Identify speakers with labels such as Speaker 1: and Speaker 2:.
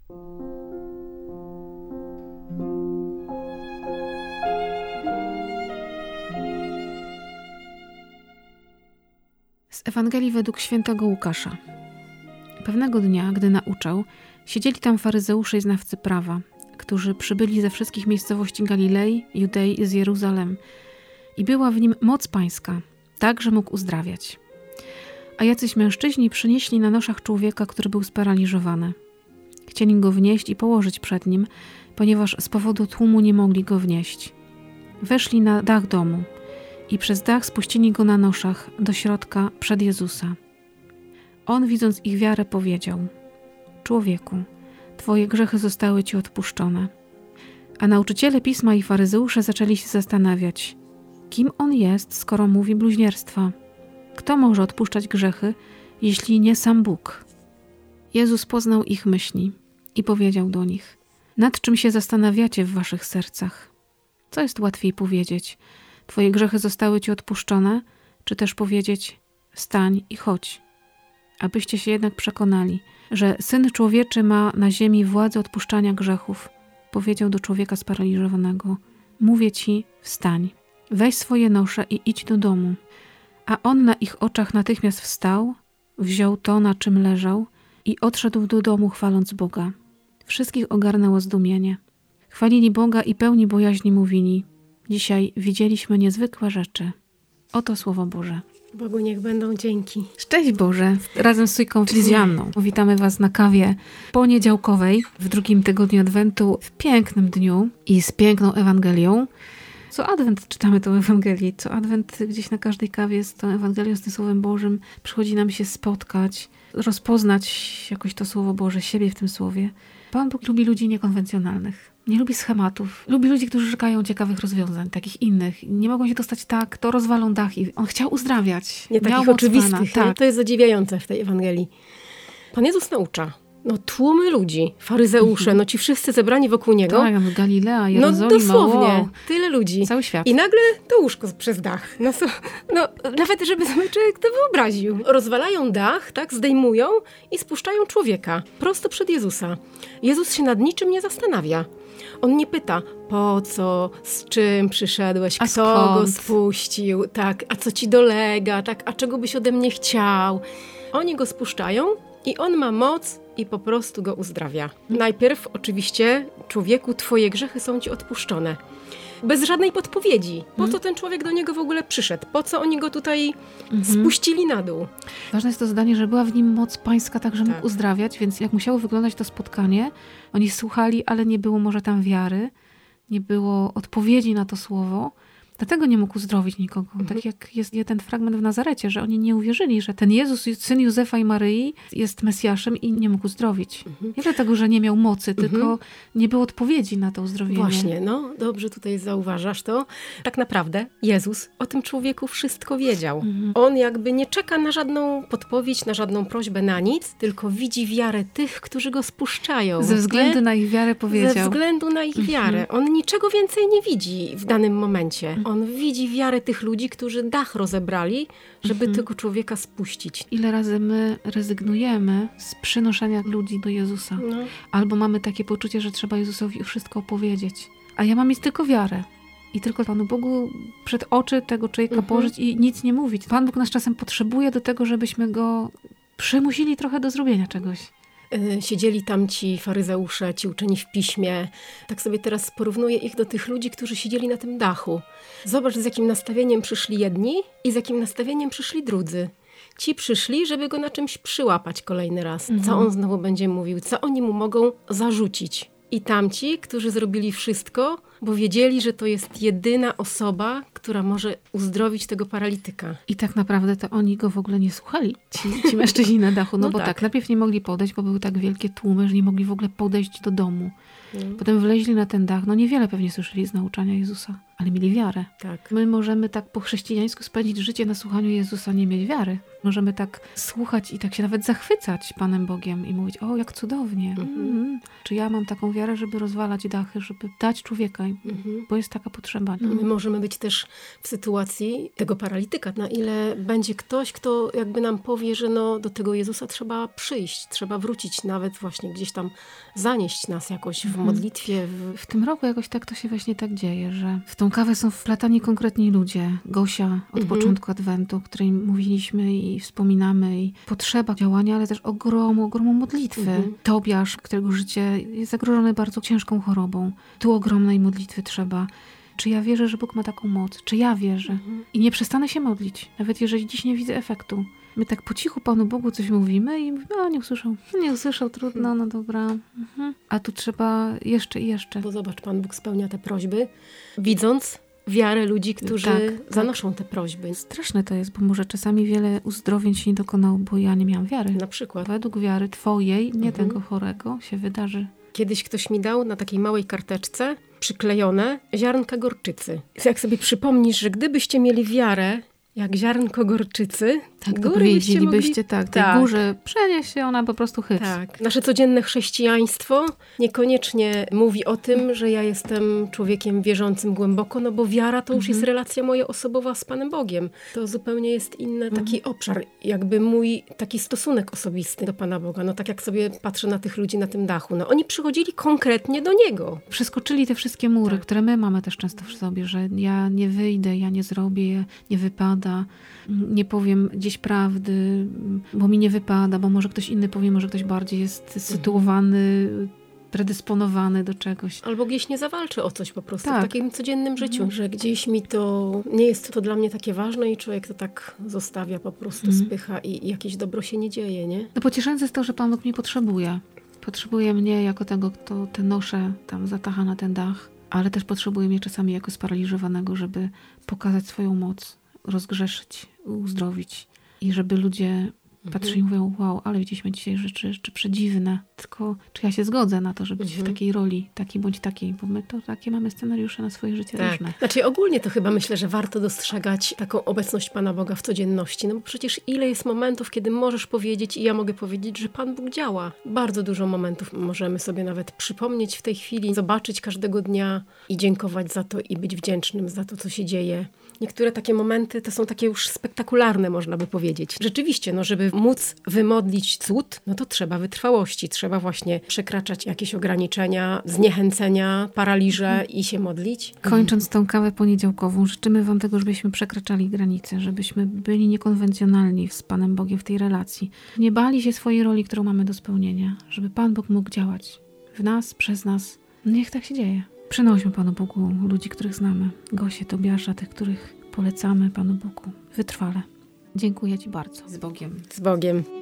Speaker 1: Z Ewangelii według świętego Łukasza. Pewnego dnia, gdy nauczał, siedzieli tam faryzeusze i znawcy prawa, którzy przybyli ze wszystkich miejscowości Galilei, Judei i z Jeruzalem. I była w nim moc pańska, tak, że mógł uzdrawiać. A jacyś mężczyźni przynieśli na noszach człowieka, który był sparaliżowany. Chcieli go wnieść i położyć przed nim, ponieważ z powodu tłumu nie mogli go wnieść. Weszli na dach domu i przez dach spuścili go na noszach do środka przed Jezusa. On, widząc ich wiarę, powiedział: Człowieku, twoje grzechy zostały ci odpuszczone. A nauczyciele pisma i faryzeusze zaczęli się zastanawiać, kim on jest, skoro mówi bluźnierstwa. Kto może odpuszczać grzechy, jeśli nie sam Bóg? Jezus poznał ich myśli i powiedział do nich: nad czym się zastanawiacie w waszych sercach? Co jest łatwiej powiedzieć? Twoje grzechy zostały ci odpuszczone, czy też powiedzieć: wstań i chodź? Abyście się jednak przekonali, że Syn Człowieczy ma na ziemi władzę odpuszczania grzechów, powiedział do człowieka sparaliżowanego: mówię ci, wstań, weź swoje nosze i idź do domu. A on na ich oczach natychmiast wstał, wziął to, na czym leżał i odszedł do domu, chwaląc Boga. Wszystkich ogarnęło zdumienie. Chwalili Boga i pełni bojaźni mówili: dzisiaj widzieliśmy niezwykłe rzeczy. Oto Słowo Boże.
Speaker 2: Bogu niech będą dzięki.
Speaker 1: Szczęść Boże, razem z Sójką Filizianną. Witamy Was na kawie poniedziałkowej w drugim tygodniu Adwentu, w pięknym dniu i z piękną Ewangelią. Co Adwent czytamy tę Ewangelię. Co Adwent gdzieś na każdej kawie z tą Ewangelią, z tym Słowem Bożym przychodzi nam się spotkać, rozpoznać jakoś to Słowo Boże, siebie w tym Słowie. Pan Bóg lubi ludzi niekonwencjonalnych. Nie lubi schematów. Lubi ludzi, którzy szukają ciekawych rozwiązań, takich innych. Nie mogą się dostać tak, to rozwalą dach i on chciał uzdrawiać.
Speaker 2: Nie takich oczywistych. Tak. To jest zadziwiające w tej Ewangelii. Pan Jezus naucza. Tłumy ludzi, faryzeusze, ci wszyscy zebrani wokół Niego.
Speaker 1: Tak, Galilea, Jerozolima.
Speaker 2: Dosłownie,
Speaker 1: wow.
Speaker 2: Tyle ludzi.
Speaker 1: Cały świat.
Speaker 2: I nagle to łóżko przez dach. Nawet żeby sobie człowiek to wyobraził. Rozwalają dach, tak, zdejmują i spuszczają człowieka prosto przed Jezusa. Jezus się nad niczym nie zastanawia. On nie pyta, po co, z czym przyszedłeś, kto go spuścił, tak, a co ci dolega, tak, a czego byś ode mnie chciał. Oni go spuszczają i on ma moc i po prostu go uzdrawia. Najpierw oczywiście, człowieku, twoje grzechy są ci odpuszczone. Bez żadnej podpowiedzi. Po co ten człowiek do niego w ogóle przyszedł? Po co oni go tutaj spuścili na dół?
Speaker 1: Ważne jest to zdanie, że była w nim moc pańska, tak, że mógł uzdrawiać, więc jak musiało wyglądać to spotkanie, oni słuchali, ale nie było może tam wiary, nie było odpowiedzi na to słowo. Dlatego nie mógł uzdrowić nikogo. Tak jak jest ten fragment w Nazarecie, że oni nie uwierzyli, że ten Jezus, syn Józefa i Maryi, jest Mesjaszem i nie mógł uzdrowić. Nie dlatego, że nie miał mocy, tylko nie było odpowiedzi na to uzdrowienie.
Speaker 2: Właśnie, dobrze tutaj zauważasz to. Tak naprawdę Jezus o tym człowieku wszystko wiedział. On jakby nie czeka na żadną podpowiedź, na żadną prośbę, na nic, tylko widzi wiarę tych, którzy go spuszczają.
Speaker 1: Ze względu na ich wiarę powiedział.
Speaker 2: Ze względu na ich wiarę. On niczego więcej nie widzi w danym momencie. On widzi wiarę tych ludzi, którzy dach rozebrali, żeby tego człowieka spuścić.
Speaker 1: Ile razy my rezygnujemy z przynoszenia ludzi do Jezusa. Albo mamy takie poczucie, że trzeba Jezusowi wszystko opowiedzieć. A ja mam mieć tylko wiarę. I tylko Panu Bogu przed oczy tego człowieka położyć i nic nie mówić. Pan Bóg nas czasem potrzebuje do tego, żebyśmy go przymusili trochę do zrobienia czegoś.
Speaker 2: Siedzieli tam ci faryzeusze, ci uczeni w piśmie. Tak sobie teraz porównuję ich do tych ludzi, którzy siedzieli na tym dachu. Zobacz, z jakim nastawieniem przyszli jedni i z jakim nastawieniem przyszli drudzy. Ci przyszli, żeby go na czymś przyłapać kolejny raz. Co on znowu będzie mówił, co oni mu mogą zarzucić. I tamci, którzy zrobili wszystko, bo wiedzieli, że to jest jedyna osoba, która może uzdrowić tego paralityka.
Speaker 1: I tak naprawdę to oni go w ogóle nie słuchali, ci mężczyźni na dachu. Bo najpierw nie mogli podejść, bo były tak wielkie tłumy, że nie mogli w ogóle podejść do domu. Potem wleźli na ten dach. Niewiele pewnie słyszeli z nauczania Jezusa, ale mieli wiarę.
Speaker 2: Tak.
Speaker 1: My możemy tak po chrześcijańsku spędzić życie na słuchaniu Jezusa, nie mieć wiary. Możemy tak słuchać i tak się nawet zachwycać Panem Bogiem i mówić: o, jak cudownie. Czy ja mam taką wiarę, żeby rozwalać dachy, żeby dać człowieka działaj, bo jest taka potrzeba. No.
Speaker 2: My możemy być też w sytuacji tego paralityka, na ile będzie ktoś, kto jakby nam powie, że no, do tego Jezusa trzeba przyjść, trzeba wrócić, nawet właśnie gdzieś tam zanieść nas jakoś w modlitwie.
Speaker 1: W tym roku jakoś tak to się właśnie tak dzieje, że w tą kawę są wplatani konkretni ludzie. Gosia od początku Adwentu, o której mówiliśmy i wspominamy, i potrzeba działania, ale też ogromu modlitwy. Tobiasz, którego życie jest zagrożone bardzo ciężką chorobą. Tu ogromnej modlitwy trzeba. Czy ja wierzę, że Bóg ma taką moc? Czy ja wierzę? I nie przestanę się modlić, nawet jeżeli dziś nie widzę efektu. My tak po cichu Panu Bogu coś mówimy i mówimy, nie usłyszał, trudno, no dobra. A tu trzeba jeszcze i jeszcze.
Speaker 2: Bo zobacz, Pan Bóg spełnia te prośby, widząc wiarę ludzi, którzy zanoszą te prośby.
Speaker 1: Straszne to jest, bo może czasami wiele uzdrowień się nie dokonało, bo ja nie miałam wiary.
Speaker 2: Na przykład.
Speaker 1: Według wiary twojej, nie tego chorego, się wydarzy.
Speaker 2: Kiedyś ktoś mi dał na takiej małej karteczce przyklejone ziarnka gorczycy. Jak sobie przypomnisz, że gdybyście mieli wiarę jak ziarnko gorczycy,
Speaker 1: tak, to powiedzielibyście tej górze przenieść się, ona po prostu hyc.
Speaker 2: Tak. Nasze codzienne chrześcijaństwo niekoniecznie mówi o tym, że ja jestem człowiekiem wierzącym głęboko, no bo wiara to już jest relacja moja osobowa z Panem Bogiem. To zupełnie jest inny taki obszar, jakby mój taki stosunek osobisty do Pana Boga. No tak jak sobie patrzę na tych ludzi na tym dachu, no oni przychodzili konkretnie do Niego.
Speaker 1: Przeskoczyli te wszystkie mury, które my mamy też często w sobie, że ja nie wyjdę, ja nie zrobię, nie wypada, nie powiem gdzieś prawdy, bo mi nie wypada, bo może ktoś inny powie, może ktoś bardziej jest sytuowany, predysponowany do czegoś.
Speaker 2: Albo gdzieś nie zawalczy o coś po prostu w takim codziennym życiu, że gdzieś mi to, nie jest to dla mnie takie ważne i człowiek to tak zostawia, po prostu spycha i jakieś dobro się nie dzieje, nie?
Speaker 1: No pocieszające jest to, że Pan Bóg mnie potrzebuje. Potrzebuje mnie jako tego, kto tę noszę tam zatacha na ten dach, ale też potrzebuje mnie czasami jako sparaliżowanego, żeby pokazać swoją moc, rozgrzeszyć, uzdrowić i żeby ludzie patrzyli i mówią, wow, ale widzieliśmy dzisiaj rzeczy przedziwne. Tylko czy ja się zgodzę na to, żeby być w takiej roli, takiej bądź takiej, bo my to takie mamy scenariusze na swoje życie różne.
Speaker 2: Znaczy ogólnie to chyba myślę, że warto dostrzegać taką obecność Pana Boga w codzienności, no bo przecież ile jest momentów, kiedy możesz powiedzieć i ja mogę powiedzieć, że Pan Bóg działa. Bardzo dużo momentów możemy sobie nawet przypomnieć w tej chwili, zobaczyć każdego dnia i dziękować za to i być wdzięcznym za to, co się dzieje. Niektóre takie momenty to są takie już spektakularne, można by powiedzieć. Rzeczywiście, no żeby móc wymodlić cud, no to trzeba wytrwałości, trzeba właśnie przekraczać jakieś ograniczenia, zniechęcenia, paraliże i się modlić.
Speaker 1: Kończąc tą kawę poniedziałkową, życzymy Wam tego, żebyśmy przekraczali granice, żebyśmy byli niekonwencjonalni z Panem Bogiem w tej relacji. Nie bali się swojej roli, którą mamy do spełnienia, żeby Pan Bóg mógł działać w nas, przez nas. Niech tak się dzieje. Przynośmy Panu Bogu ludzi, których znamy. Gosię, Tobiasza, tych, których polecamy Panu Bogu. Wytrwale. Dziękuję Ci bardzo. Z Bogiem.
Speaker 2: Z Bogiem.